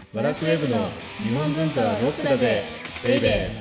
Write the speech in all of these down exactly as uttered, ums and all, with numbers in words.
ワラクウェブの日本文化はロックだぜベイベー。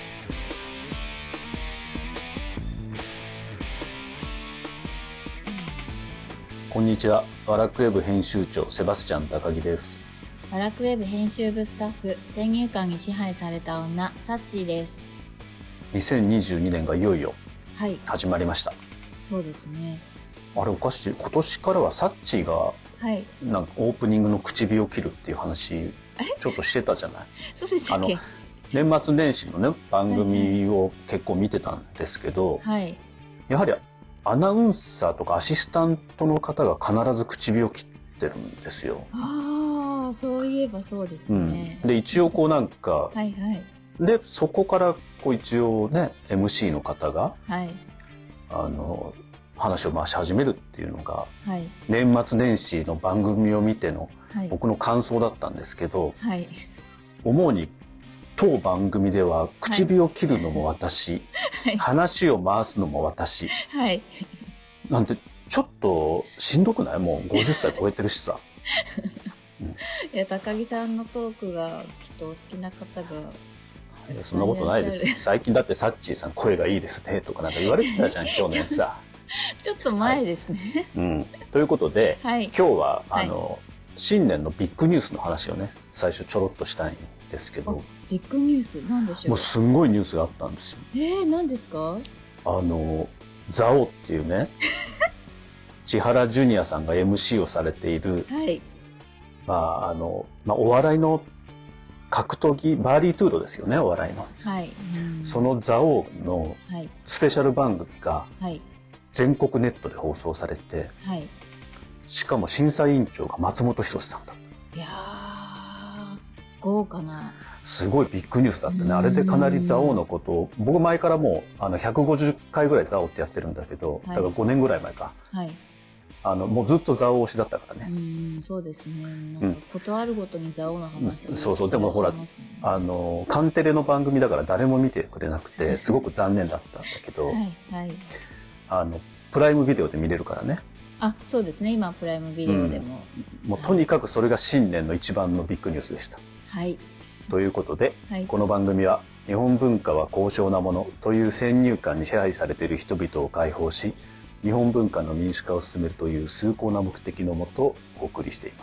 こんにちは。ワラクウェブ編集長セバスチャン高木です。 ワラクウェブ編集部スタッフ、先入観に支配された女、サッチーです。 にせんにじゅうにねんがいよいよ始まりました、 はい、そうですね。 あれおかしい、今年からはサッチーが、はい、なんかオープニングの口火を切るっていう話ちょっとしてたじゃないそうでしたっけ。 年末年始のね番組を結構見てたんですけど、はい、やはりアナウンサーとかアシスタントの方が必ず口火を切ってるんですよ。 ああ、そういえばそうですね、 うん、で一応こうなんかはい、はい、でそこからこう一応ね エムシー の方が、はい、あの話を回し始めるっていうのが、はい、年末年始の番組を見ての僕の感想だったんですけど、はい、思うに当番組では口火を切るのも私、はい、話を回すのも私、はい、なんてちょっとしんどくない？もうごじゅっさい超えてるしさ、 うん、いや高木さんのトークがきっとお好きな方がいやそんなことないですよ。最近だってサッチーさん声がいいですねとかなんか言われてたじゃん去年さちょっと前ですね、はい、 うん、ということで、はい、今日はあの、はい、新年のビッグニュースの話をね最初ちょろっとしたいんですけど。 ビッグニュースなんでしょう。 もうすんごいニュースがあったんですよ。 えー、何ですか？ あのザオっていうね千原ジュニアさんが エムシー をされている、はい、まああの、まあ、お笑いの格闘技バーリートゥードですよね、お笑いの、はい、うん、そのザオのスペシャル番組が全国ネットで放送されて、はい、しかも審査委員長が松本人志さんだった。 いやー豪華なすごいビッグニュースだったね。あれでかなりザオのことを僕前からもうあのひゃくごじゅっかいぐらいザオってやってるんだけど、はい、だからごねんぐらい前か、はい、あのもうずっとザオ推しだったからね。 うんそうですね。なんかことあるごとにザオの話、 うん、そうそう。でもほらあのカンテレの番組だから誰も見てくれなくてすごく残念だったんだけど、はいはい、あのプライムビデオで見れるからね。 あ、そうですね。今プライムビデオでも、 うん、もうとにかくそれが新年の一番のビッグニュースでした。はい。ということで、はい、この番組は日本文化は高尚なものという先入観に支配されている人々を解放し、日本文化の民主化を進めるという崇高な目的のもとお送りしています。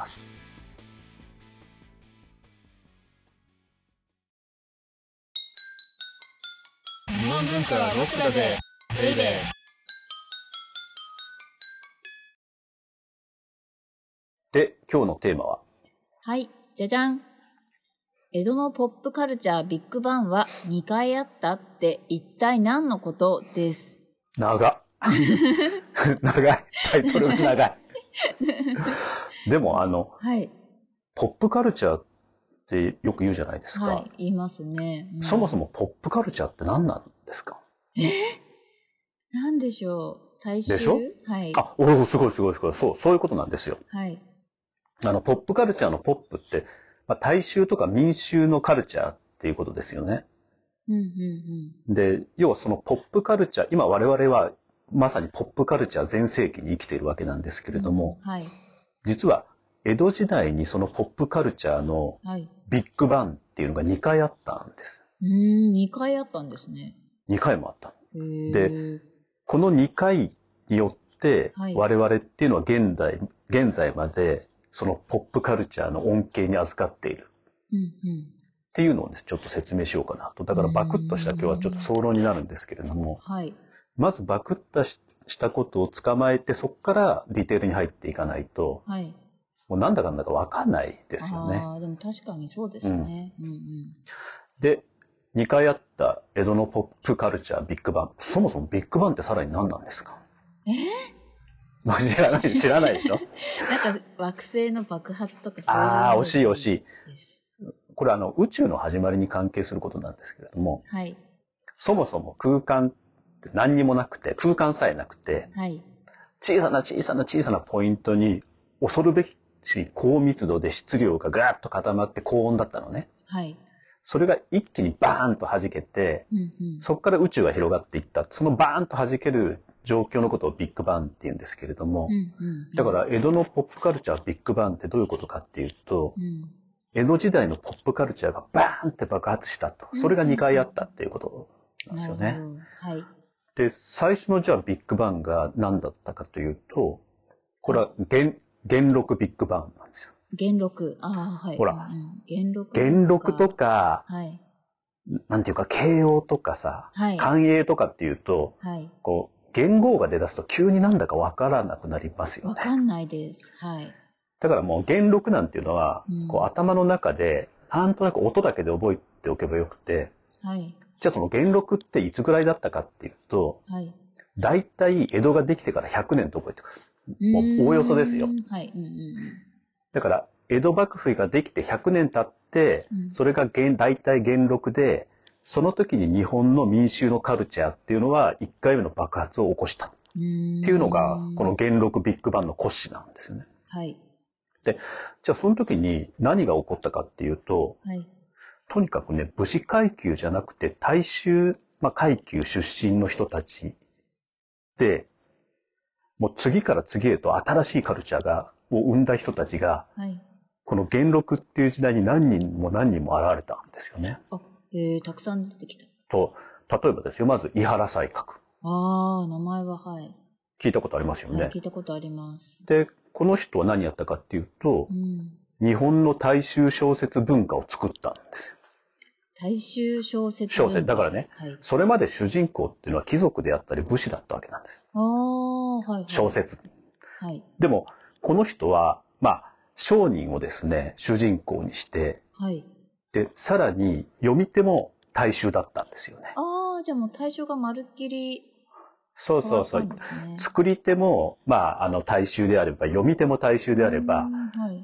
日本文化はロックだぜベイベー。 で、今日のテーマは、 はい、じゃじゃん。江戸のポップカルチャービッグバンはにかいあったって一体何のことです。 長っ長い、タイトルが長いでもあの、はい、ポップカルチャーってよく言うじゃないですか。 はい、言いますね、 うん、そもそもポップカルチャーって何なんですか？ えー、何でしょう。大衆でしょ？はい。あ、おすごいすごいすごい。そう、そういうことなんですよ。はい。あのポップカルチャーのポップって、まあ、大衆とか民衆のカルチャーっていうことですよね。うんうんうん、で、要はそのポップカルチャー、今我々はまさにポップカルチャー全盛期に生きているわけなんですけれども、うんはい、実は江戸時代にそのポップカルチャーのビッグバンっていうのがにかいあったんです。 うーん、にかいあったんですね。 にかいもあった。で、このにかいによって我々っていうのは現代、現在までそのポップカルチャーの恩恵に預かっている、うんうん、っていうのを、ね、ちょっと説明しようかなと。だからバクッとした今日はちょっと総論になるんですけれども、はい、まずバクッとしたことを捕まえてそこからディテールに入っていかないと、はい、もうなんだかんだか分かんないですよね。 あでも確かにそうですね、うんうんうん、 でにかいあった江戸のポップカルチャービッグバン、そもそもビッグバンってさらに何なんですか？ えー知らない、知らないでしょなんか惑星の爆発とかそういう。 ああ、惜しい惜しい。これあの宇宙の始まりに関係することなんですけれども、はい、そもそも空間って何にもなくて、空間さえなくて、はい、小さな小さな小さなポイントに恐るべき高密度で質量がガーッと固まって高温だったのね。はい、それが一気にバーンと弾けて、うんうん、そこから宇宙が広がっていった。そのバーンと弾ける状況のことをビッグバンって言うんですけれども、うんうんうん、だから江戸のポップカルチャービッグバンってどういうことかっていうと、うん、 江戸時代のポップカルチャーがバーンって爆発したと。それがにかいあったっていうことなんですよね。 はい。 で、最初のじゃあビッグバンが何だったかというと、これは元、元禄ビッグバンなんですよ。 元禄。ああ、はい。 ほら、 うん、元禄。 元禄とか、 はい。 なんていうか、慶応とかさ、 はい、 寛永とかっていうと、 はい、 こう、元号が出だすと急になんだかわからなくなりますよね。 わかんないです。はい。 だからもう元禄なんていうのは、うん、こう頭の中で、なんとなく音だけで覚えておけばよくて、 はい。 じゃあその元禄っていつぐらいだったかっていうと、はい。大体江戸ができてからひゃくねんと覚えてます。もうおおよそですよ。 はい。うんうんうん、 だから、江戸幕府ができてひゃくねん経って、うん、それが大体元禄で、その時に日本の民衆のカルチャーっていうのはいっかいめの爆発を起こしたっていうのが、この元禄ビッグバンの骨子なんですよね。 はい。 で、じゃあその時に何が起こったかっていうと、 はい、 とにかくね、武士階級じゃなくて大衆、まあ、階級出身の人たちで、もう次から次へと新しいカルチャーが、を生んだ人たちが、はい、この元禄っていう時代に何人も何人も現れたんですよね。 あ、へえ、たくさん出てきた。 と、例えばですよ、まず、井原西閣。 ああ、名前は、はい。 聞いたことありますよね。 はい、聞いたことあります。 で、この人は何やったかっていうと、うん、日本の大衆小説文化を作ったんですよ。 大衆小説文化。 小説。だからね、はい、それまで主人公っていうのは貴族であったり武士だったわけなんです。 ああ、はい、はい。 小説。 はい。 でも、この人は、まあ、商人をですね、主人公にして、 はい。 で、さらに読み手も大衆だったんですよね。 ああ、じゃあもう大衆がまるっきり、 そうそうそう。作り手も、まあ、あの、大衆であれば、読み手も大衆であれば、はい、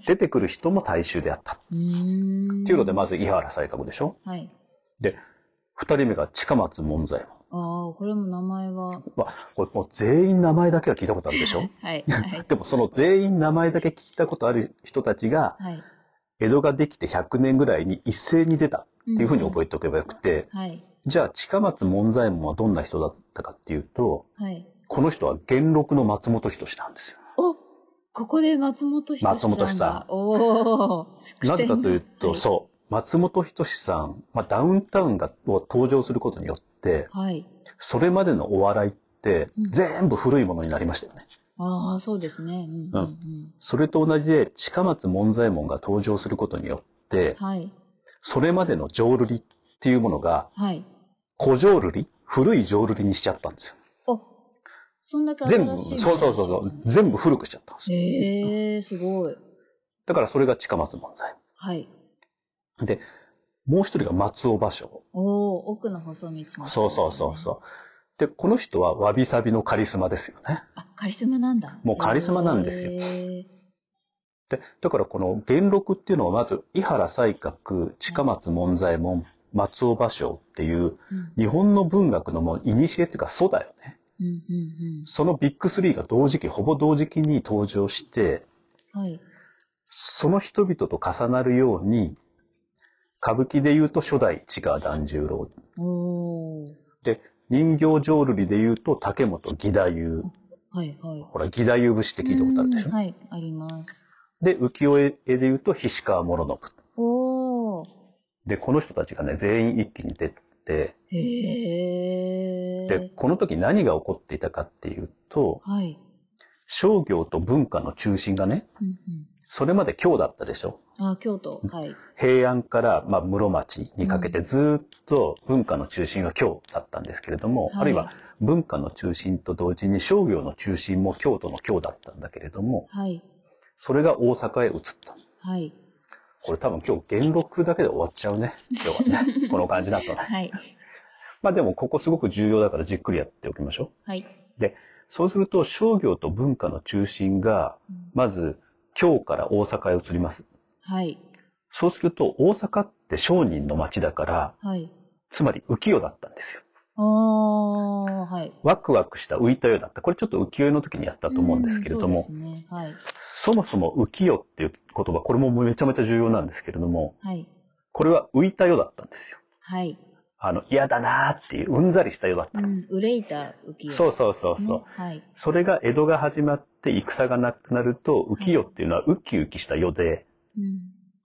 出てくる人も大衆であった。っていうので、まず、井原西閣でしょ。 はい。 で、二人目が近松門左衛門。ああ、これも名前は。 まあ、これもう全員名前だけは聞いたことあるでしょ。 はい。はい、 でも、その全員名前だけ聞いたことある人たちが、はい、江戸ができてひゃくねんぐらいに一斉に出たっていうふうに覚えておけばよくて、 うん、はい。 じゃあ、近松門左衛門はどんな人だったかっていうと、 はい、 この人は元禄の松本人志なんですよ。 お、ここで松本人志さんが。 松本人志さん。 おー。 なぜかというと、はい、そう、松本人志さん、まあ、ダウンタウンが登場することによって、はい、それまでのお笑いって全部古いものになりましたよね。 うん、ああ、そうですね。うんうんうん、 それと同じで、近松門左衛門が登場することによって、はい、それまでの浄瑠璃っていうものが、はい、古浄瑠璃、古い浄瑠璃にしちゃったんですよ。 あ、そんだけ新しいもの全部、そうそうそうそう、全部古くしちゃったんですよ。 へえ、すごい。 だからそれが近松門左衛門。 はい。 で、もう一人が松尾芭蕉。 おー、奥の細道の、ね。 そうそうそうそう。で、この人はわびさびのカリスマですよね。 あ、カリスマなんだ。 もうカリスマなんですよ。で、だからこの元禄っていうのはまず、井原西閣、近松門左衛門、松尾芭蕉っていう、うん、日本の文学のもう古っていうか祖だよね。 うんうんうん、 そのビッグスリーが同時期、ほぼ同時期に登場して、はい、その人々と重なるように、歌舞伎で言うと初代市川團十郎。 おで、人形浄瑠璃で言うと竹本義太夫。 はいはい。 ほら、義太夫節って聞いたことあるでしょ。 はい、あります。 で、浮世絵で言うと菱川師宣。 おで、この人たちがね、全員一気に出て、 へで、この時何が起こっていたかっていうと、 はい、 商業と文化の中心がね、うんうん、それまで京だったでしょ。 あ、京都。はい。 平安から、まあ、室町にかけてずっと文化の中心は京だったんですけれども、うん、あるいは文化の中心と同時に商業の中心も京都の京だったんだけれども、 はい、 それが大阪へ移った。 はい。 これ多分今日元禄だけで終わっちゃうね。今日はね。この感じだとね。 はい。 まあでもここすごく重要だからじっくりやっておきましょう。 はい。 で、そうすると商業と文化の中心が、まず京から大阪へ移ります。 はい。 そうすると大阪って商人の町だから、はい。つまり浮世だったんですよ。 ああ、はい。 ワクワクした浮いたようだった。これちょっと浮世絵の時にやったと思うんですけれども、 そうですね。はい。 そもそも浮世っていう言葉、これもめちゃめちゃ重要なんですけれども、 はい。 これは浮いたよだったんですよ。 はい。 あの、嫌だなーっていう、うんざりしたよだったの。 うん、憂いた浮世、ね。 そうそうそうそう。 はい。 それが江戸が始まって戦がなくなると、浮世っていうのはウキウキした世で、うん、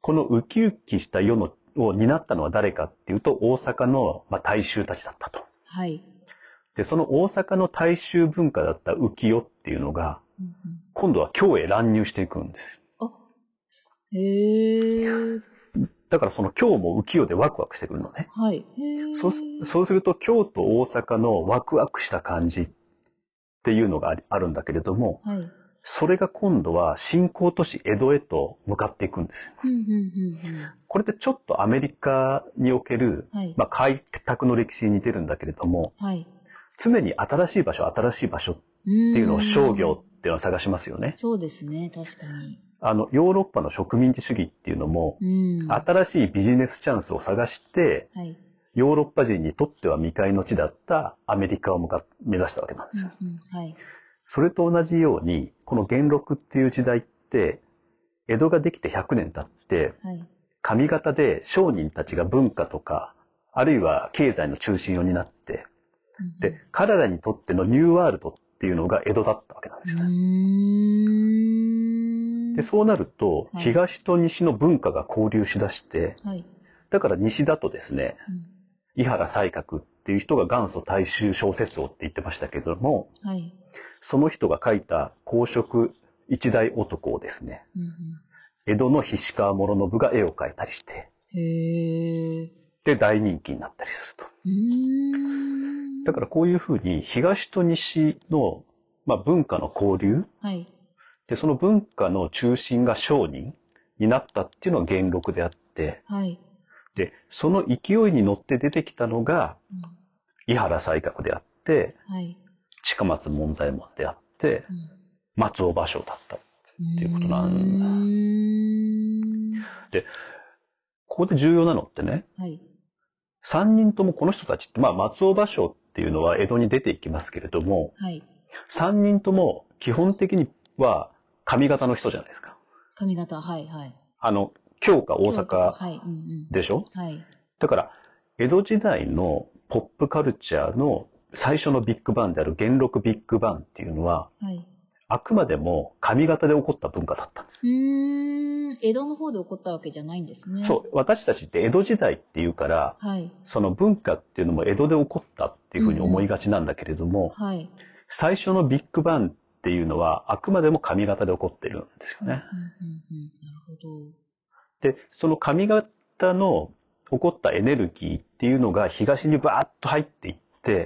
このウキウキした世のを担ったのは誰かっていうと、大阪の、まあ、大衆たちだったと。 はい。 で、その大阪の大衆文化だった浮世っていうのが、 うんうん、 今度は京へ乱入していくんです。 あ、へえ。 だからその京も浮世でワクワクしてくるのね。 はい。 そうす、そうすると京と大阪のワクワクした感じっていうのがあるんだけれども、 はい、 それが今度は新興都市江戸へと向かっていくんですよ。 うんうんうんうん、 これってちょっとアメリカにおける、 はい、 まあ、開拓の歴史に似てるんだけれども、 はい、 常に新しい場所、新しい場所っていうのを商業っていうのは探しますよね。 そうですね、確かに。 あの、ヨーロッパの植民地主義っていうのも、新しいビジネスチャンスを探して、はい、ヨーロッパ人にとっては未開の地だったアメリカを向か目指したわけなんですよ。 うんうん、はい、 それと同じように、この元禄っていう時代って、江戸ができてひゃくねん経って、はい、上方で商人たちが文化とか、あるいは経済の中心を担って、うん、で、彼らにとってのニューワールドっていうのが江戸だったわけなんですよね。うーんで、そうなると、はい、東と西の文化が交流しだして、はい、だから西だとですね、うん、井原西鶴っていう人が元祖大衆小説王って言ってましたけども、はい、その人が書いた公職一代男をですね、うんうん、江戸の菱川師宣が絵を描いたりして、へーで、大人気になったりすると。うーんだからこういうふうに東と西の、まあ、文化の交流、はい、で、その文化の中心が商人になったっていうのが元禄であって、はい、で、その勢いに乗って出てきたのが、うん、井原西鶴であって、はい、近松門左衛門であって、うん、松尾芭蕉だったっていうことなんだ。で、ここで重要なのってね、はい、さんにんともこの人たちって、まあ松尾芭蕉っていうのは江戸に出ていきますけれども、はい、さんにんとも基本的には上方の人じゃないですか。 上方、はいはい。 あの、京か大阪でしょ、はいうんうんはい、だから、江戸時代のポップカルチャーの最初のビッグバンである元禄ビッグバンっていうのは、はい、あくまでも上方で起こった文化だったんです。 うーん、江戸の方で起こったわけじゃないんですね。 そう、私たちって江戸時代っていうから、はい、その文化っていうのも江戸で起こったっていうふうに思いがちなんだけれども、うんうんはい、最初のビッグバンっていうのはあくまでも上方で起こってるんですよね。うんうんうん、なるほど。で、その上方の起こったエネルギーっていうのが東にバーッと入っていって、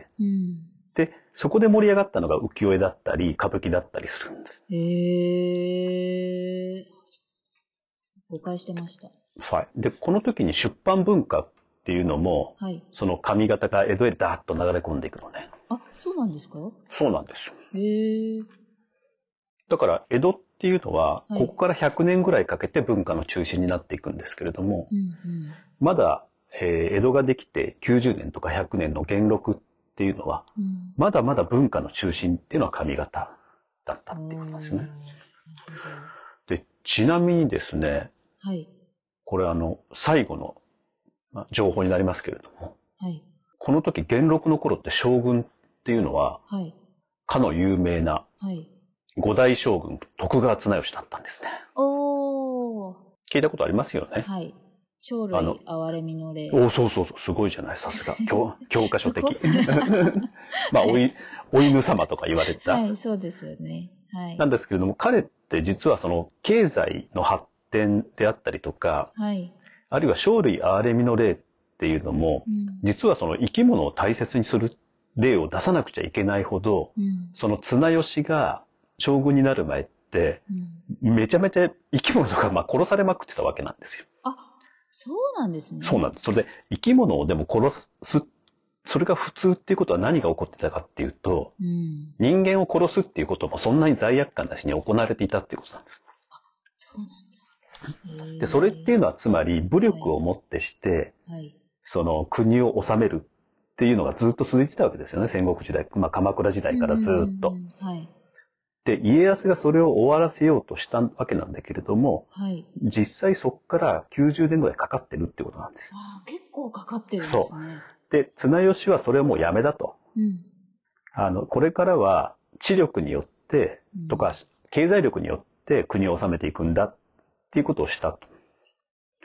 うん、で、そこで盛り上がったのが浮世絵だったり歌舞伎だったりするんです。 へー。誤解してました。 はい。で、この時に出版文化っていうのも、はい、その上方が江戸へダーッと流れ込んでいくのね。 あ、そうなんですか？ そうなんですよ。 へー。 だから江戸っていうのは、ここからひゃくねんぐらいかけて文化の中心になっていくんですけれども、うんうん、まだ、えー、江戸ができてきゅうじゅうねんとかひゃくねんの元禄っていうのは、うん、まだまだ文化の中心っていうのは上方だったっていうことですね。で、ちなみにですね、はい、これあの、最後の、まあ、情報になりますけれども、はい、この時元禄の頃って将軍っていうのは、はい、かの有名な、はい五代将軍徳川綱吉だったんですね。おー。聞いたことありますよね。 はい。生類憐れみの例。 おそうそうそう、すごいじゃない、さすが。教, 教科書的。まあ、おい、お犬様とか言われた。 はい、そうですよね。はい。 なんですけれども、彼って実はその経済の発展であったりとか、はい。あるいは生類憐れみの例っていうのも、うん、実はその生き物を大切にする例を出さなくちゃいけないほど、うん、その綱吉が将軍になる前って、うん、めちゃめちゃ生き物とかまあ殺されまくってたわけなんですよ。 あ、そうなんですね。 そうなんです。それで生き物をでも殺す、それが普通っていうことは何が起こってたかっていうと、うん、人間を殺すっていうこともそんなに罪悪感なしに行われていたっていうことなんです。 あ、そうなんだ。 で、それっていうのはつまり武力をもってして、はいはい、その国を治めるっていうのがずっと続いてたわけですよね。戦国時代、まあ鎌倉時代からずっと。はい。で、家康がそれを終わらせようとしたわけなんだけれども、はい、実際そこからきゅうじゅうねんぐらいかかってるってことなんですよ。 ああ、結構かかってるんですね。そう。 で、綱吉はそれをもうやめだと。うん、あの、これからは知力によって、とか、うん、経済力によって国を治めていくんだっていうことをしたと。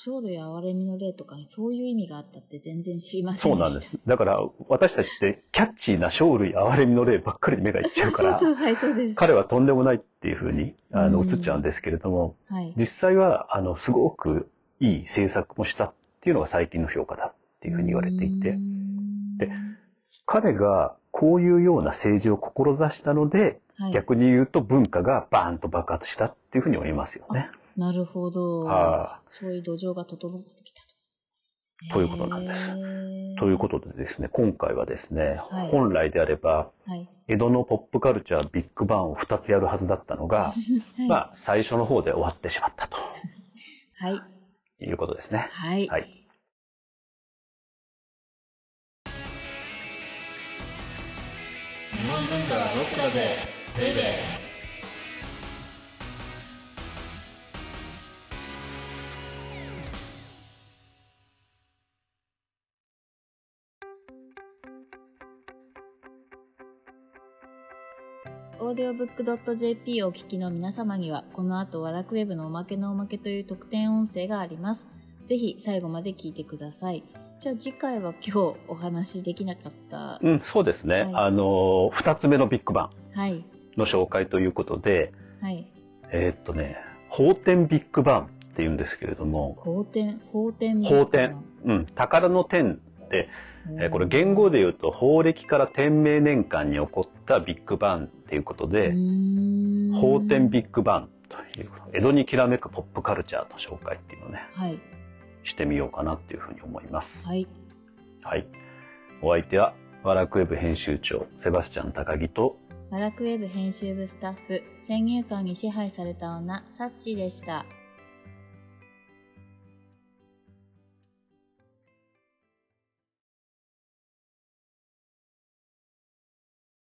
生類憐れみの霊とかにそういう意味があったって全然知りませんでした。 そうなんです。だから私たちってキャッチーな生類憐れみの霊ばっかりに目がいっちゃうから、 そうそうそう、はい、そうです。 彼はとんでもないっていうふうにあの映っちゃうんですけれども、はい、実際はあのすごくいい制作もしたっていうのが最近の評価だっていうふうに言われていて、で、彼がこういうような政治を志したので、はい、逆に言うと文化がバーンと爆発したっていうふうにも言えますよね。 なるほど。あ、そういう土壌が整ってきたと。ということなんです。ということでですね、今回はですね、はい、本来であれば、はい、江戸のポップカルチャービッグバンをふたつやるはずだったのが、はい、まあ最初の方で終わってしまったと。はい。いうことですね。はい。はい。 日本文化はロックだぜ、ベイベー。 オーディオブックドットジェーピー をお聞きの皆様には、この後ワラクウェブのおまけのおまけという特典音声があります。ぜひ最後まで聞いてください。じゃあ次回は今日お話できなかった。 うん、そうですね。はい、あの、二つ目のビッグバンの紹介ということで、はい、えー、っとね、法典ビッグバンっていうんですけれども。 法典、法典ビッグバン。法典。 うん、宝の典で、えー、これ言語で言うと法暦から天明年間に起こったビッグバンっていうことで、法典ビッグバンという江戸にきらめくポップカルチャーの紹介っていうのをね、はい、してみようかなっていうふうに思います。はい。はい。お相手はワラクウェブ編集長セバスチャン高木とワラクウェブ編集部スタッフ先入観に支配された女サッチーでした。